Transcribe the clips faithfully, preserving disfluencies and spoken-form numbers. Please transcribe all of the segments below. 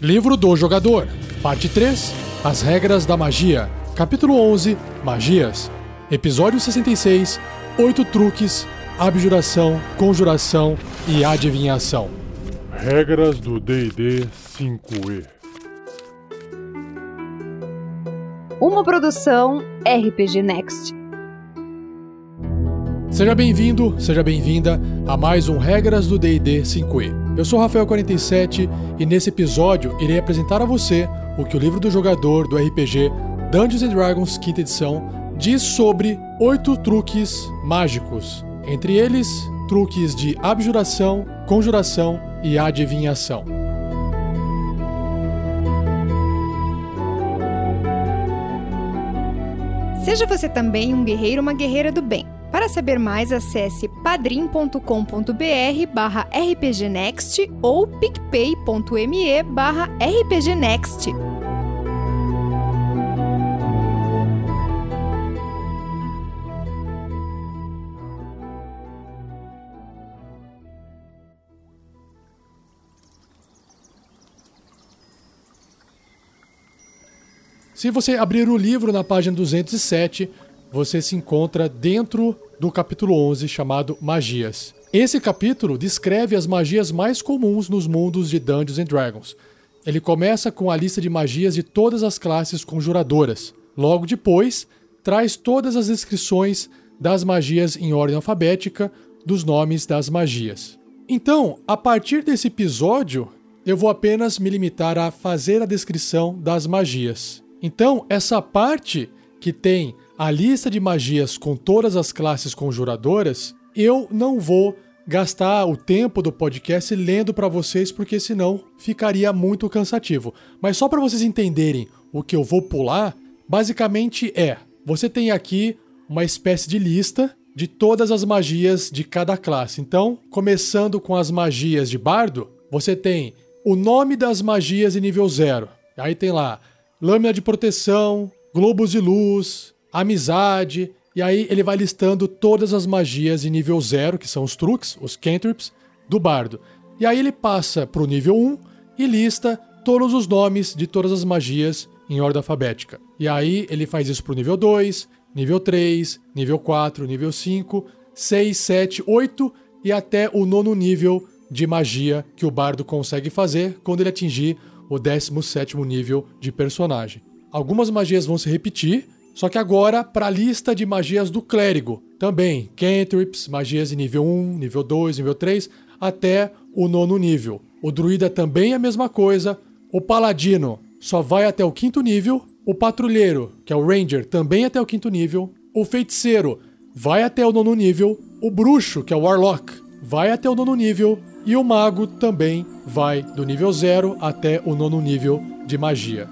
Livro do Jogador, Parte três, As Regras da Magia, Capítulo onze, Magias, Episódio sessenta e seis, Oito Truques, Abjuração, Conjuração e Adivinhação. Regras do D e D cinco E. Uma produção R P G Next. Seja bem-vindo, seja bem-vinda a mais um Regras do D e D cinco E. Eu sou Rafael quarenta e sete e nesse episódio irei apresentar a você o que o livro do jogador do R P G Dungeons and Dragons quinta edição diz sobre oito truques mágicos, entre eles truques de abjuração, conjuração e adivinhação. Seja você também um guerreiro ou uma guerreira do bem. Para saber mais, acesse padrim.com.br barra rpgnext ou picpay.me barra rpgnext. Se você abrir o livro na página duzentos e sete, você se encontra dentro do capítulo onze, chamado Magias. Esse capítulo descreve as magias mais comuns nos mundos de Dungeons and Dragons. Ele começa com a lista de magias de todas as classes conjuradoras. Logo depois, traz todas as descrições das magias em ordem alfabética, dos nomes das magias. Então, a partir desse episódio, eu vou apenas me limitar a fazer a descrição das magias. Então, essa parte que tem a lista de magias com todas as classes conjuradoras, eu não vou gastar o tempo do podcast lendo para vocês, porque senão ficaria muito cansativo. Mas só para vocês entenderem o que eu vou pular, basicamente é, você tem aqui uma espécie de lista de todas as magias de cada classe. Então, começando com as magias de bardo, você tem o nome das magias em nível zero. Aí tem lá, lâmina de proteção, globos de luz, amizade, e aí ele vai listando todas as magias em nível zero, que são os truques, os cantrips, do bardo. E aí ele passa para o nível um e lista todos os nomes de todas as magias em ordem alfabética. E aí ele faz isso para o nível dois, nível três, nível quatro, nível cinco, seis, sete, oito e até o nono nível de magia que o bardo consegue fazer quando ele atingir o décimo sétimo nível de personagem. Algumas magias vão se repetir, só que agora para a lista de magias do clérigo. Também cantrips, magias de nível um, nível dois, nível três, até o nono nível. O druida também é a mesma coisa. O paladino só vai até o quinto nível. O patrulheiro, que é o ranger, também até o quinto nível. O feiticeiro vai até o nono nível. O bruxo, que é o warlock, vai até o nono nível. E o mago também vai do nível zero até o nono nível de magia.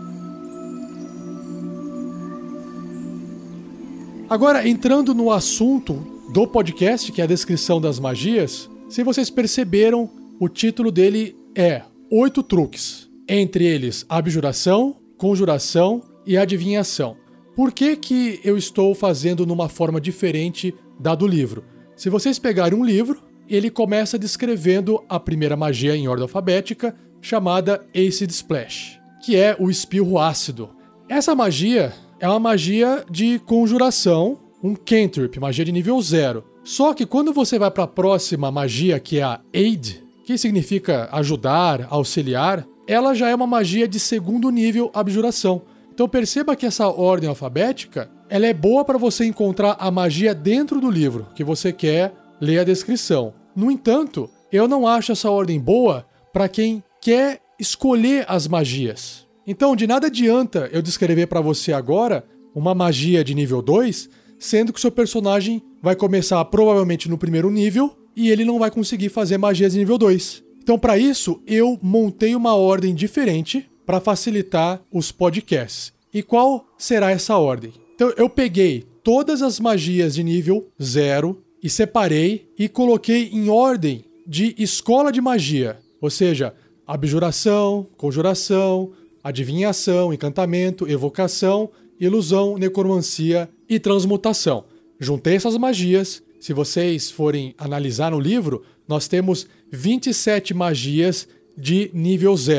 Agora, entrando no assunto do podcast, que é a descrição das magias, se vocês perceberam, o título dele é Oito Truques. Entre eles, abjuração, conjuração e adivinhação. Por que que eu estou fazendo numa forma diferente da do livro? Se vocês pegarem um livro, ele começa descrevendo a primeira magia em ordem alfabética, chamada Acid Splash, que é o espirro ácido. Essa magia é uma magia de conjuração, um cantrip, magia de nível zero. Só que quando você vai para a próxima magia, que é a Aid, que significa ajudar, auxiliar, ela já é uma magia de segundo nível abjuração. Então perceba que essa ordem alfabética, ela é boa para você encontrar a magia dentro do livro, que você quer ler a descrição. No entanto, eu não acho essa ordem boa para quem quer escolher as magias. Então, de nada adianta eu descrever para você agora uma magia de nível dois, sendo que o seu personagem vai começar provavelmente no primeiro nível e ele não vai conseguir fazer magias de nível dois. Então, para isso, eu montei uma ordem diferente para facilitar os podcasts. E qual será essa ordem? Então, eu peguei todas as magias de nível zero e separei e coloquei em ordem de escola de magia. Ou seja, abjuração, conjuração, adivinhação, encantamento, evocação, ilusão, necromancia e transmutação. Juntei essas magias. Se vocês forem analisar no livro, nós temos vinte e sete magias de nível zero.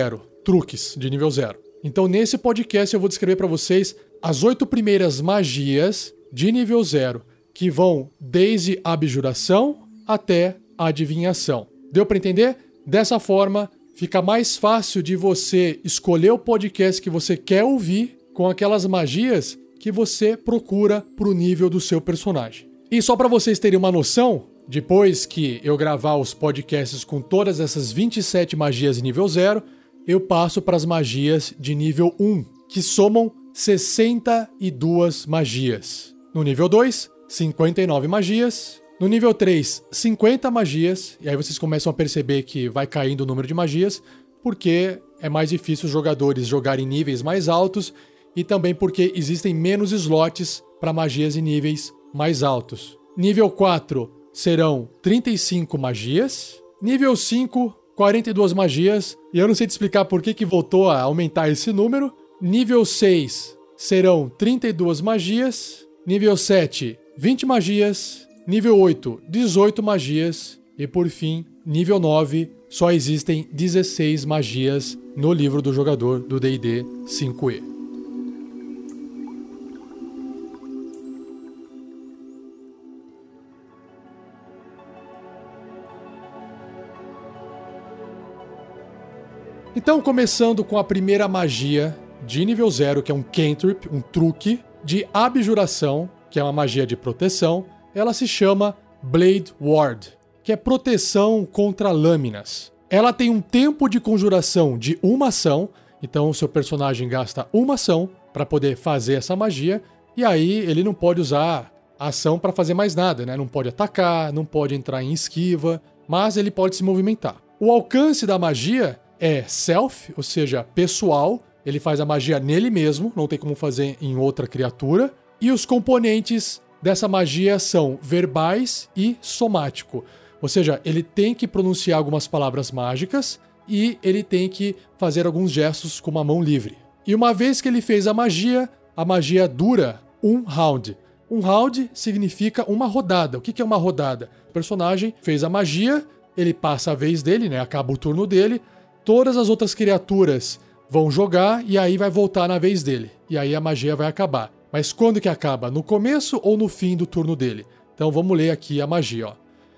truques de nível zero. Então, nesse podcast, eu vou descrever para vocês as oito primeiras magias de nível zero, que vão desde abjuração até adivinhação. Deu para entender? Dessa forma, fica mais fácil de você escolher o podcast que você quer ouvir com aquelas magias que você procura pro nível do seu personagem. E só para vocês terem uma noção, depois que eu gravar os podcasts com todas essas vinte e sete magias em nível zero, eu passo para as magias de nível um, que somam sessenta e duas magias. No nível dois, cinquenta e nove magias. No nível três, cinquenta magias. E aí vocês começam a perceber que vai caindo o número de magias, porque é mais difícil os jogadores jogarem em níveis mais altos e também porque existem menos slots para magias em níveis mais altos. Nível quatro serão trinta e cinco magias. Nível cinco, quarenta e duas magias. E eu não sei te explicar por que que voltou a aumentar esse número. Nível seis serão trinta e duas magias. Nível sete, vinte magias. Nível oito, dezoito magias. E por fim, nível nove, só existem dezesseis magias no livro do jogador do D e D cinco E. Então, começando com a primeira magia de nível zero, que é um cantrip, um truque de abjuração, que é uma magia de proteção. Ela se chama Blade Ward, que é proteção contra lâminas. Ela tem um tempo de conjuração de uma ação, então o seu personagem gasta uma ação para poder fazer essa magia, e aí ele não pode usar a ação para fazer mais nada, né? Não pode atacar, não pode entrar em esquiva, mas ele pode se movimentar. O alcance da magia é self, ou seja, pessoal. Ele faz a magia nele mesmo, não tem como fazer em outra criatura. E os componentes dessa magia são verbais e somático. Ou seja, ele tem que pronunciar algumas palavras mágicas e ele tem que fazer alguns gestos com uma mão livre. E uma vez que ele fez a magia, a magia dura um round. Um round significa uma rodada. O que é uma rodada? O personagem fez a magia, ele passa a vez dele, né? Acaba o turno dele. Todas as outras criaturas vão jogar e aí vai voltar na vez dele. E aí a magia vai acabar. Mas quando que acaba? No começo ou no fim do turno dele? Então vamos ler aqui a magia, ó.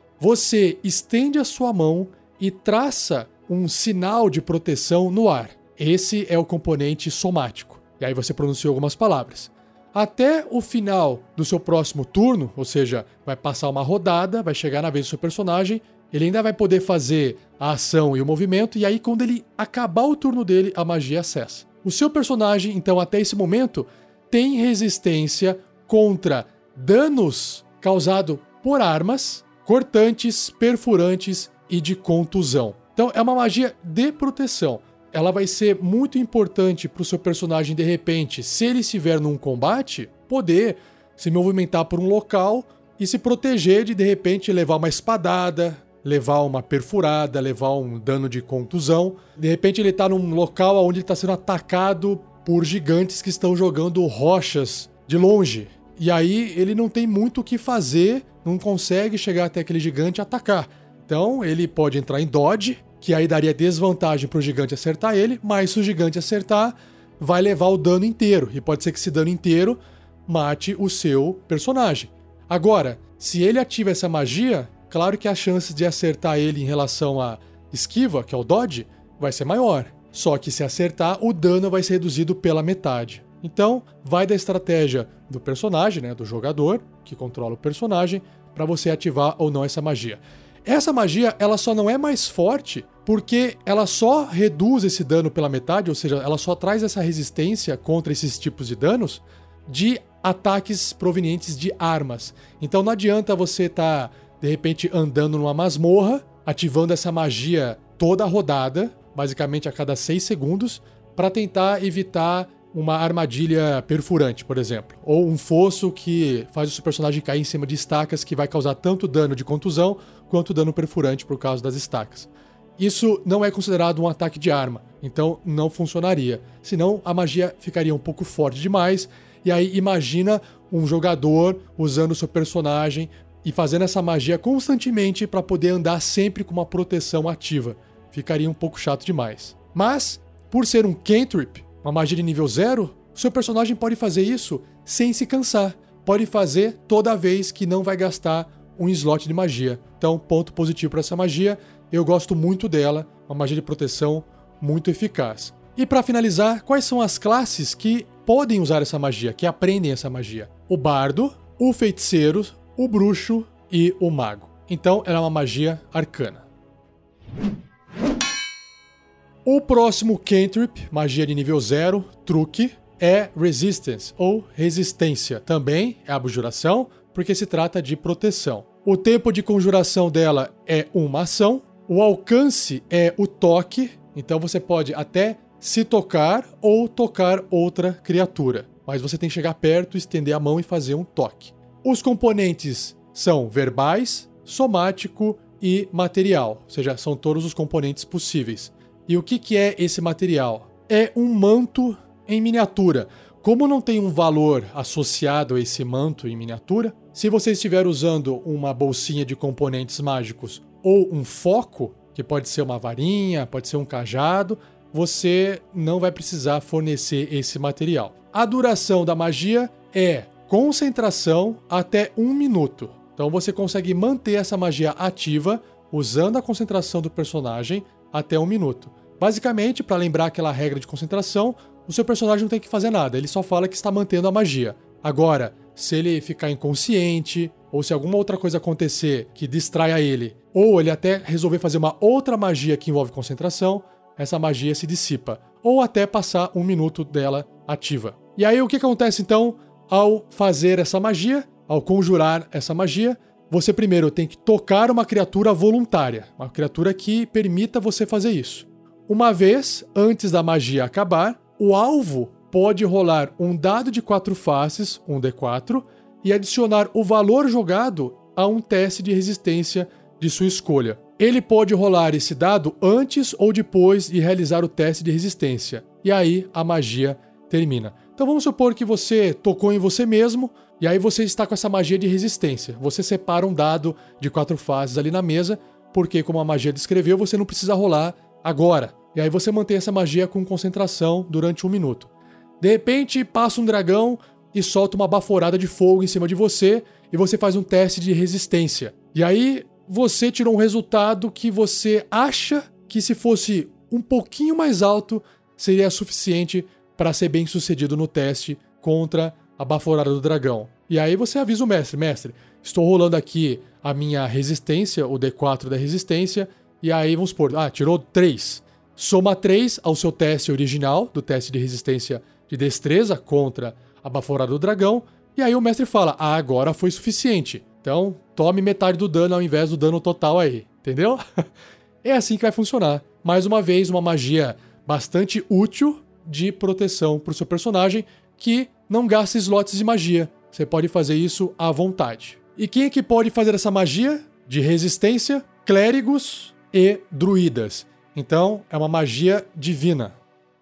Você estende a sua mão e traça um sinal de proteção no ar. Esse é o componente somático. E aí você pronunciou algumas palavras. Até o final do seu próximo turno, ou seja, vai passar uma rodada, vai chegar na vez do seu personagem, ele ainda vai poder fazer a ação e o movimento, e aí quando ele acabar o turno dele, a magia cessa. O seu personagem, então, até esse momento, tem resistência contra danos causados por armas, cortantes, perfurantes e de contusão. Então, é uma magia de proteção. Ela vai ser muito importante para o seu personagem, de repente, se ele estiver num combate, poder se movimentar por um local e se proteger de, de repente, levar uma espadada, levar uma perfurada, levar um dano de contusão. De repente ele está num local onde ele está sendo atacado por gigantes que estão jogando rochas de longe. E aí ele não tem muito o que fazer, não consegue chegar até aquele gigante e atacar. Então ele pode entrar em dodge, que aí daria desvantagem para o gigante acertar ele, mas se o gigante acertar, vai levar o dano inteiro. E pode ser que esse dano inteiro mate o seu personagem. Agora, se ele ativa essa magia, claro que a chance de acertar ele em relação à esquiva, que é o dodge, vai ser maior. Só que se acertar, o dano vai ser reduzido pela metade. Então, vai da estratégia do personagem, né, do jogador, que controla o personagem, para você ativar ou não essa magia. Essa magia, ela só não é mais forte porque ela só reduz esse dano pela metade, ou seja, ela só traz essa resistência contra esses tipos de danos de ataques provenientes de armas. Então não adianta você estar, tá, de repente, andando numa masmorra, ativando essa magia toda a rodada, basicamente a cada seis segundos, para tentar evitar uma armadilha perfurante, por exemplo. Ou um fosso que faz o seu personagem cair em cima de estacas, que vai causar tanto dano de contusão quanto dano perfurante por causa das estacas. Isso não é considerado um ataque de arma, então não funcionaria. Senão a magia ficaria um pouco forte demais, e aí imagina um jogador usando o seu personagem e fazendo essa magia constantemente para poder andar sempre com uma proteção ativa. Ficaria um pouco chato demais. Mas por ser um cantrip, uma magia de nível zero, o seu personagem pode fazer isso sem se cansar. Pode fazer toda vez que não vai gastar um slot de magia. Então, ponto positivo para essa magia. Eu gosto muito dela, uma magia de proteção muito eficaz. E para finalizar, quais são as classes que podem usar essa magia, que aprendem essa magia? O bardo, o feiticeiro, o bruxo e o mago. Então, ela é uma magia arcana. O próximo cantrip, magia de nível zero, truque, é Resistance, ou resistência. Também é abjuração, porque se trata de proteção. O tempo de conjuração dela é uma ação. O alcance é o toque, então você pode até se tocar ou tocar outra criatura. Mas você tem que chegar perto, estender a mão e fazer um toque. Os componentes são verbais, somático e material, ou seja, são todos os componentes possíveis. E o que, que é esse material? É um manto em miniatura. Como não tem um valor associado a esse manto em miniatura, se você estiver usando uma bolsinha de componentes mágicos ou um foco, que pode ser uma varinha, pode ser um cajado, você não vai precisar fornecer esse material. A duração da magia é concentração até um minuto. Então você consegue manter essa magia ativa usando a concentração do personagem até um minuto. Basicamente, para lembrar aquela regra de concentração, o seu personagem não tem que fazer nada, ele só fala que está mantendo a magia. Agora, se ele ficar inconsciente, ou se alguma outra coisa acontecer que distraia ele, ou ele até resolver fazer uma outra magia que envolve concentração, essa magia se dissipa, ou até passar um minuto dela ativa. E aí o que acontece então ao fazer essa magia, ao conjurar essa magia? Você primeiro tem que tocar uma criatura voluntária, uma criatura que permita você fazer isso. Uma vez, antes da magia acabar, o alvo pode rolar um dado de quatro faces, um D quatro, e adicionar o valor jogado a um teste de resistência de sua escolha. Ele pode rolar esse dado antes ou depois de realizar o teste de resistência. E aí a magia termina. Então vamos supor que você tocou em você mesmo, e aí você está com essa magia de resistência. Você separa um dado de quatro faces ali na mesa, porque como a magia descreveu, você não precisa rolar agora. E aí você mantém essa magia com concentração durante um minuto. De repente, passa um dragão e solta uma baforada de fogo em cima de você e você faz um teste de resistência. E aí você tirou um resultado que você acha que se fosse um pouquinho mais alto seria suficiente para ser bem sucedido no teste contra a baforada do dragão. E aí você avisa o mestre, mestre, estou rolando aqui a minha resistência, o D quatro da resistência, e aí vamos supor, ah, tirou três. Soma três ao seu teste original, do teste de resistência de destreza contra a baforada do dragão, e aí o mestre fala, ah, agora foi suficiente. Então, tome metade do dano ao invés do dano total aí, entendeu? É assim que vai funcionar. Mais uma vez, uma magia bastante útil de proteção para o seu personagem, que não gasta slots de magia. Você pode fazer isso à vontade. E quem é que pode fazer essa magia de resistência? Clérigos e druidas. Então, é uma magia divina.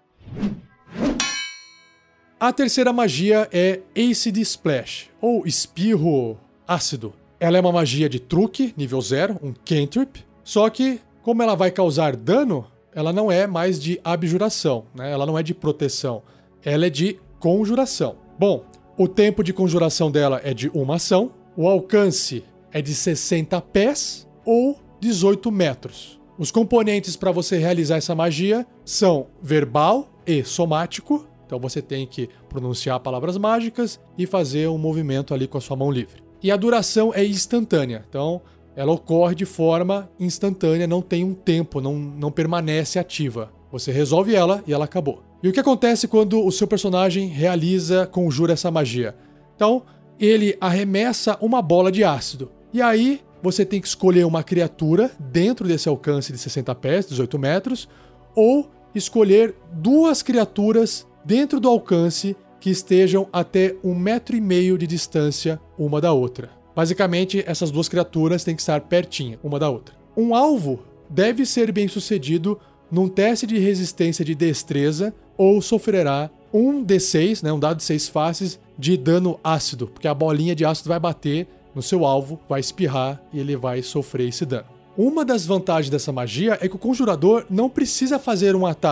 A terceira magia é Acid Splash, ou espirro ácido. Ela é uma magia de truque, nível zero, um cantrip, só que, como ela vai causar dano, ela não é mais de abjuração, né? Ela não é de proteção, ela é de conjuração. Bom, o tempo de conjuração dela é de uma ação, o alcance é de sessenta pés ou dezoito metros. Os componentes para você realizar essa magia são verbal e somático, então você tem que pronunciar palavras mágicas e fazer um movimento ali com a sua mão livre. E a duração é instantânea, então ela ocorre de forma instantânea, não tem um tempo, não, não permanece ativa. Você resolve ela e ela acabou. E o que acontece quando o seu personagem realiza, conjura essa magia? Então, ele arremessa uma bola de ácido. E aí, você tem que escolher uma criatura dentro desse alcance de sessenta pés, dezoito metros, ou escolher duas criaturas dentro do alcance que estejam até um metro e meio de distância uma da outra. Basicamente, essas duas criaturas têm que estar pertinho uma da outra. Um alvo deve ser bem sucedido num teste de resistência de destreza ou sofrerá um D seis, né, um dado de seis faces de dano ácido, porque a bolinha de ácido vai bater no seu alvo, vai espirrar e ele vai sofrer esse dano. Uma das vantagens dessa magia é que o conjurador não precisa fazer um ataque.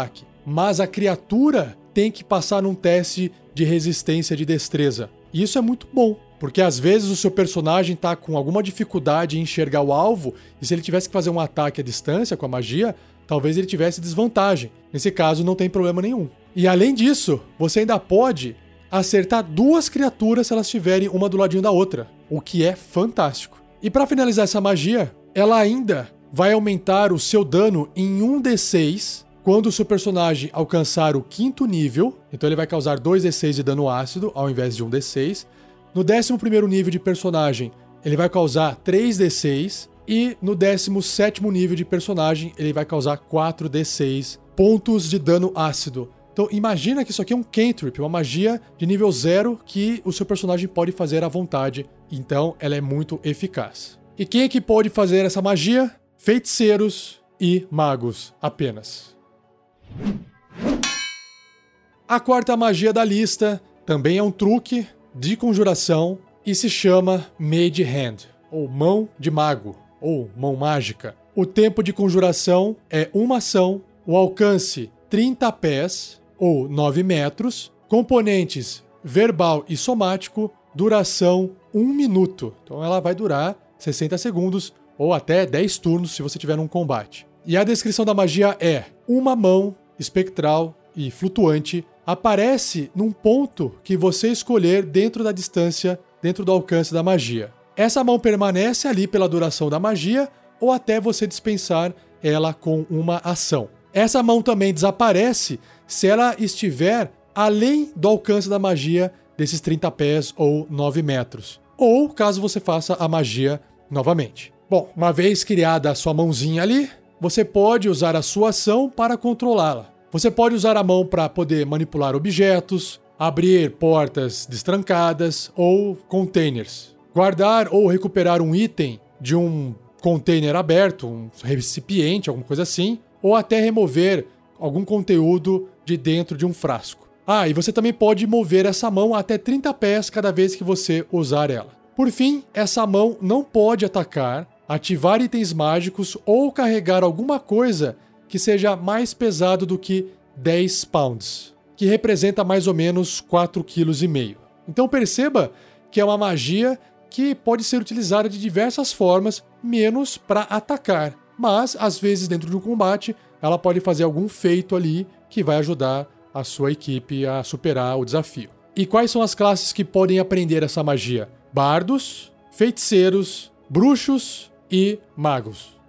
mas a criatura tem que passar num teste de resistência de destreza. E isso é muito bom, porque às vezes o seu personagem está com alguma dificuldade em enxergar o alvo, e se ele tivesse que fazer um ataque à distância com a magia, talvez ele tivesse desvantagem. Nesse caso, não tem problema nenhum. E além disso, você ainda pode acertar duas criaturas se elas estiverem uma do ladinho da outra, o que é fantástico. E para finalizar essa magia, ela ainda vai aumentar o seu dano em um d seis quando o seu personagem alcançar o quinto nível. Então ele vai causar dois d seis de dano ácido ao invés de um d seis. No décimo primeiro nível de personagem, ele vai causar três d seis. E no décimo sétimo nível de personagem, ele vai causar quatro d seis pontos de dano ácido. Então imagina que isso aqui é um cantrip, uma magia de nível zero que o seu personagem pode fazer à vontade. Então ela é muito eficaz. E quem é que pode fazer essa magia? Feiticeiros e magos apenas. A quarta magia da lista também é um truque de conjuração e se chama Mage Hand, ou mão de mago, ou mão mágica. O tempo de conjuração é uma ação, o alcance trinta pés, ou nove metros, componentes verbal e somático, duração um minuto. Então ela vai durar sessenta segundos ou até dez turnos se você tiver num combate. E a descrição da magia é: uma mão espectral e flutuante aparece num ponto que você escolher dentro da distância, dentro do alcance da magia. Essa mão permanece ali pela duração da magia ou até você dispensar ela com uma ação. Essa mão também desaparece se ela estiver além do alcance da magia desses trinta pés ou nove metros. Ou caso você faça a magia novamente. Bom, uma vez criada a sua mãozinha ali, você pode usar a sua ação para controlá-la. Você pode usar a mão para poder manipular objetos, abrir portas destrancadas ou containers, guardar ou recuperar um item de um container aberto, um recipiente, alguma coisa assim, ou até remover algum conteúdo de dentro de um frasco. Ah, e você também pode mover essa mão até trinta pés cada vez que você usar ela. Por fim, essa mão não pode atacar, ativar itens mágicos ou carregar alguma coisa que seja mais pesado do que dez pounds, que representa mais ou menos quatro vírgula cinco quilos. Então perceba que é uma magia que pode ser utilizada de diversas formas, menos para atacar. Mas, às vezes, dentro de um combate, ela pode fazer algum feito ali que vai ajudar a sua equipe a superar o desafio. E quais são as classes que podem aprender essa magia? Bardos, feiticeiros, bruxos e magos.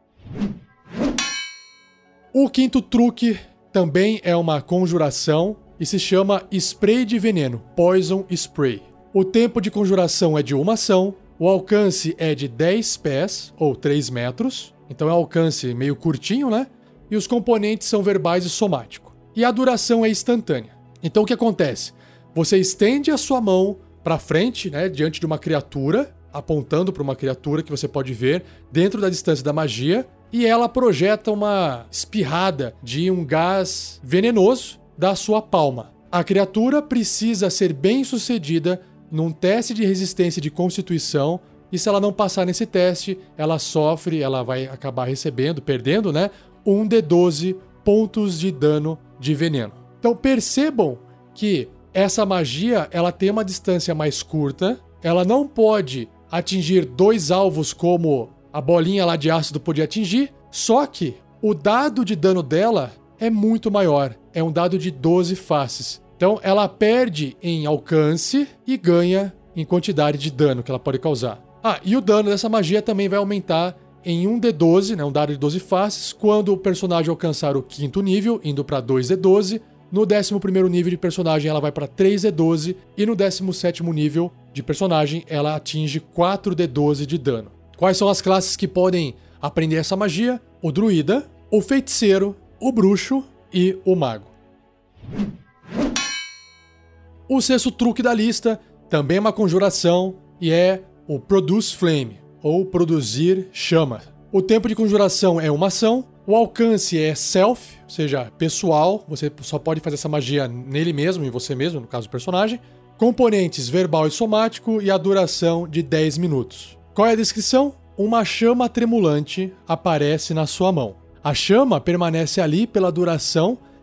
O quinto truque também é uma conjuração e se chama Spray de Veneno, Poison Spray. O tempo de conjuração é de uma ação, o alcance é de dez pés, ou três metros, então é um alcance meio curtinho, né? E os componentes são verbais e somático. E a duração é instantânea. Então o que acontece? Você estende a sua mão para frente, né, diante de uma criatura, apontando para uma criatura que você pode ver dentro da distância da magia, e ela projeta uma espirrada de um gás venenoso da sua palma. A criatura precisa ser bem sucedida num teste de resistência de constituição, e se ela não passar nesse teste, ela sofre, ela vai acabar recebendo, perdendo, né, um d doze pontos de dano de veneno. Então percebam que essa magia, ela tem uma distância mais curta, ela não pode atingir dois alvos como a bolinha lá de ácido podia atingir, só que o dado de dano dela é muito maior, é um dado de doze faces. Então ela perde em alcance e ganha em quantidade de dano que ela pode causar. Ah, e o dano dessa magia também vai aumentar em um d doze, né, um dado de doze faces, quando o personagem alcançar o quinto nível, indo para dois d doze. No décimo primeiro nível de personagem ela vai para três d doze e no décimo sétimo nível de personagem ela atinge quatro d doze de dano. Quais são as classes que podem aprender essa magia? O druida, o feiticeiro, o bruxo e o mago. O sexto truque da lista também é uma conjuração e é o Produce Flame, ou produzir chama. O tempo de conjuração é uma ação, o alcance é self, ou seja, pessoal, você só pode fazer essa magia nele mesmo, em você mesmo, no caso do personagem. Componentes verbal e somático e a duração de dez minutos. Qual é a descrição? Uma chama tremulante aparece na sua mão. A chama permanece ali pela duração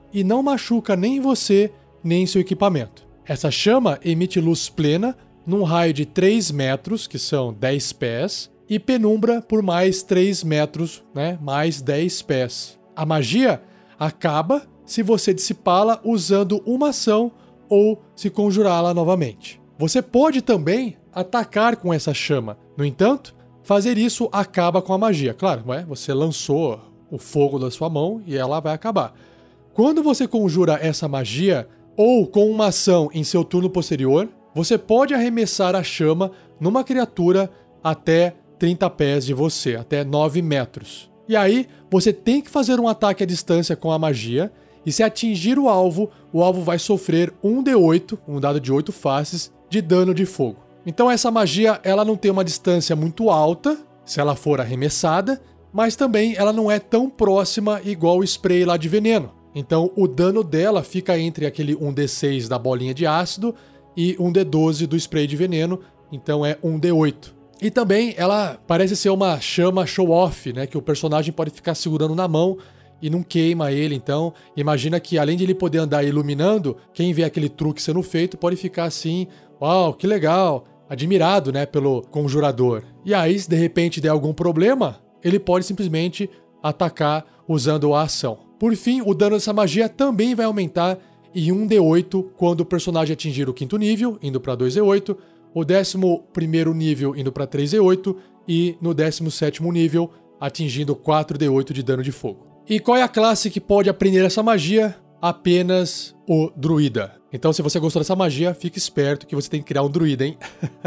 e não machuca nem você, nem seu equipamento. Essa chama emite luz plena num raio de três metros, que são dez pés, e penumbra por mais três metros, né, mais dez pés. A magia acaba se você dissipá-la usando uma ação ou se conjurá-la novamente. Você pode também atacar com essa chama. No entanto, fazer isso acaba com a magia. Claro, não é? Você lançou o fogo da sua mão e ela vai acabar. Quando você conjura essa magia, ou com uma ação em seu turno posterior, você pode arremessar a chama numa criatura até trinta pés de você, até nove metros. E aí, você tem que fazer um ataque à distância com a magia, e se atingir o alvo, o alvo vai sofrer um D oito, um dado de oito faces, de dano de fogo. Então essa magia, ela não tem uma distância muito alta, se ela for arremessada, mas também ela não é tão próxima igual o spray lá de veneno. Então o dano dela fica entre aquele um D seis da bolinha de ácido e um D doze do spray de veneno, então é um D oito. E também ela parece ser uma chama show-off, né, que o personagem pode ficar segurando na mão e não queima ele. Então imagina que além de ele poder andar iluminando, quem vê aquele truque sendo feito pode ficar assim, uau, que legal, admirado, né, pelo conjurador. E aí, se de repente der algum problema, ele pode simplesmente atacar usando a ação. Por fim, o dano dessa magia também vai aumentar em um D oito quando o personagem atingir o quinto nível, indo para dois D oito, o décimo primeiro nível indo para três D oito e no décimo sétimo nível atingindo quatro D oito de dano de fogo. E qual é a classe que pode aprender essa magia? Apenas o druida. Então, se você gostou dessa magia, fique esperto que você tem que criar um druida, hein?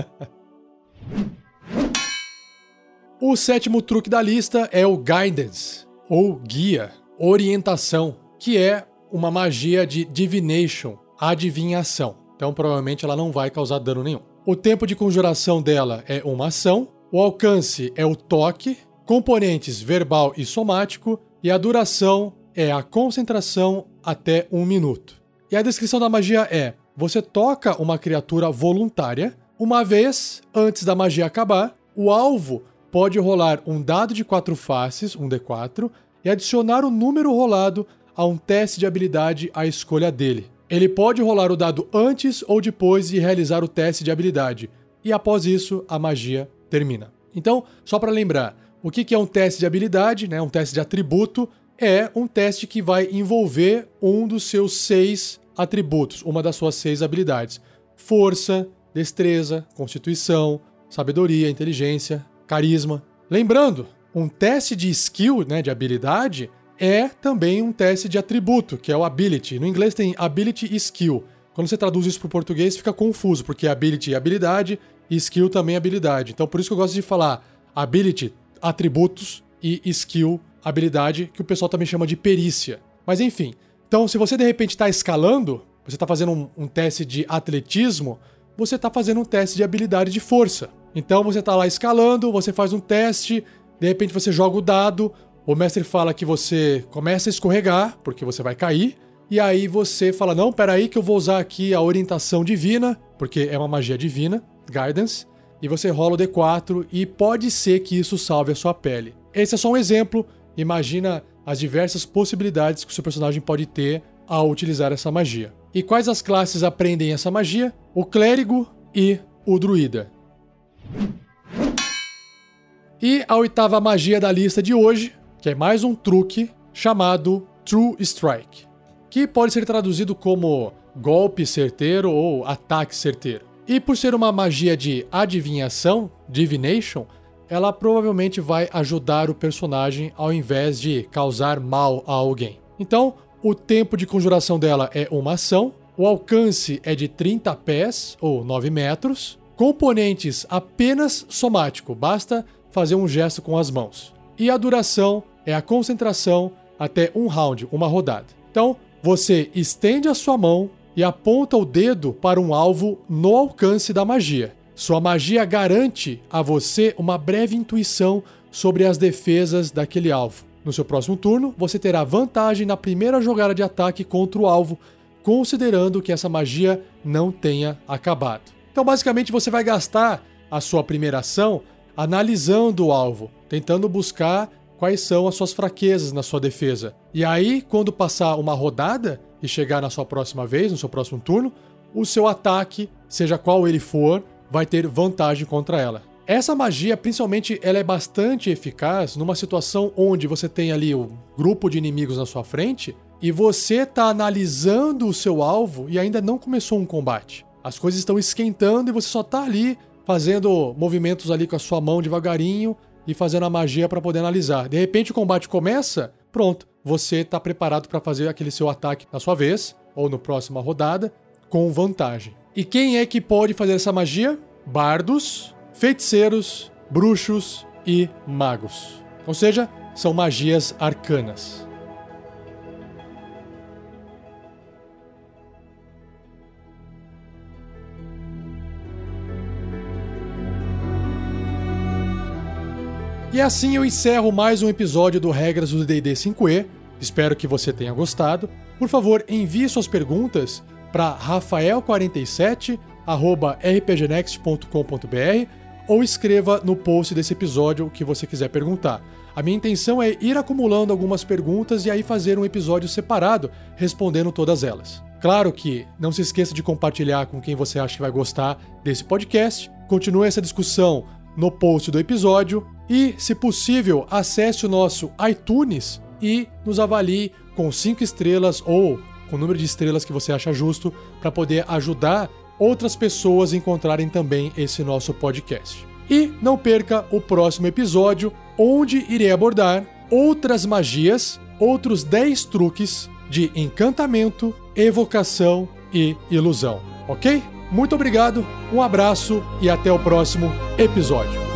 O sétimo truque da lista é o Guidance, ou guia, orientação, que é uma magia de Divination, adivinhação. Então, provavelmente ela não vai causar dano nenhum. O tempo de conjuração dela é uma ação, o alcance é o toque, componentes verbal e somático, e a duração é a concentração até um minuto. E a descrição da magia é: você toca uma criatura voluntária, uma vez antes da magia acabar, o alvo pode rolar um dado de quatro faces, um D quatro, e adicionar o número rolado a um teste de habilidade à escolha dele. Ele pode rolar o dado antes ou depois de realizar o teste de habilidade, e após isso a magia termina. Então, só para lembrar, o que é um teste de habilidade, né? Um teste de atributo, é um teste que vai envolver um dos seus seis atributos, uma das suas seis habilidades: força, destreza, constituição, sabedoria, inteligência, carisma. Lembrando, um teste de skill, né, de habilidade, é também um teste de atributo, que é o ability. No inglês tem ability e skill. Quando você traduz isso para o português fica confuso, porque ability é habilidade e skill também é habilidade. Então por isso que eu gosto de falar ability, atributos, e skill, habilidade, que o pessoal também chama de perícia. Mas enfim, então se você de repente está escalando, você está fazendo um, um teste de atletismo, você está fazendo um teste de habilidade de força. Então você está lá escalando, você faz um teste, de repente você joga o dado, o mestre fala que você começa a escorregar, porque você vai cair, e aí você fala: não, peraí que eu vou usar aqui a orientação divina, porque é uma magia divina, Guidance, e você rola o D quatro e pode ser que isso salve a sua pele. Esse é só um exemplo, imagina as diversas possibilidades que o seu personagem pode ter ao utilizar essa magia. E quais as classes aprendem essa magia? O clérigo e o druida. E a oitava magia da lista de hoje, que é mais um truque chamado True Strike, que pode ser traduzido como golpe certeiro ou ataque certeiro. E por ser uma magia de adivinhação, Divination, ela provavelmente vai ajudar o personagem ao invés de causar mal a alguém. Então, o tempo de conjuração dela é uma ação, o alcance é de trinta pés, ou nove metros, componentes apenas somático, basta fazer um gesto com as mãos. E a duração é a concentração até um round, uma rodada. Então, você estende a sua mão e aponta o dedo para um alvo no alcance da magia. Sua magia garante a você uma breve intuição sobre as defesas daquele alvo. No seu próximo turno, você terá vantagem na primeira jogada de ataque contra o alvo, considerando que essa magia não tenha acabado. Então, basicamente, você vai gastar a sua primeira ação analisando o alvo, tentando buscar quais são as suas fraquezas na sua defesa. E aí, quando passar uma rodada e chegar na sua próxima vez, no seu próximo turno, o seu ataque, seja qual ele for, vai ter vantagem contra ela. Essa magia, principalmente, ela é bastante eficaz numa situação onde você tem ali um grupo de inimigos na sua frente e você está analisando o seu alvo e ainda não começou um combate. As coisas estão esquentando e você só está ali fazendo movimentos ali com a sua mão devagarinho e fazendo a magia para poder analisar. De repente o combate começa, pronto, você está preparado para fazer aquele seu ataque na sua vez ou na próxima rodada com vantagem. E quem é que pode fazer essa magia? Bardos, feiticeiros, bruxos e magos. Ou seja, são magias arcanas. E assim eu encerro mais um episódio do Regras do D e D cinco E. Espero que você tenha gostado. Por favor, envie suas perguntas para rafael quarenta e sete arroba r p g next ponto com ponto b r ou escreva no post desse episódio o que você quiser perguntar. A minha intenção é ir acumulando algumas perguntas e aí fazer um episódio separado respondendo todas elas. Claro que não se esqueça de compartilhar com quem você acha que vai gostar desse podcast. Continue essa discussão no post do episódio e, se possível, acesse o nosso iTunes e nos avalie com cinco estrelas ou com o número de estrelas que você acha justo para poder ajudar outras pessoas a encontrarem também esse nosso podcast. E não perca o próximo episódio, onde irei abordar outras magias, outros dez truques de encantamento, evocação e ilusão, ok? Muito obrigado, um abraço e até o próximo episódio.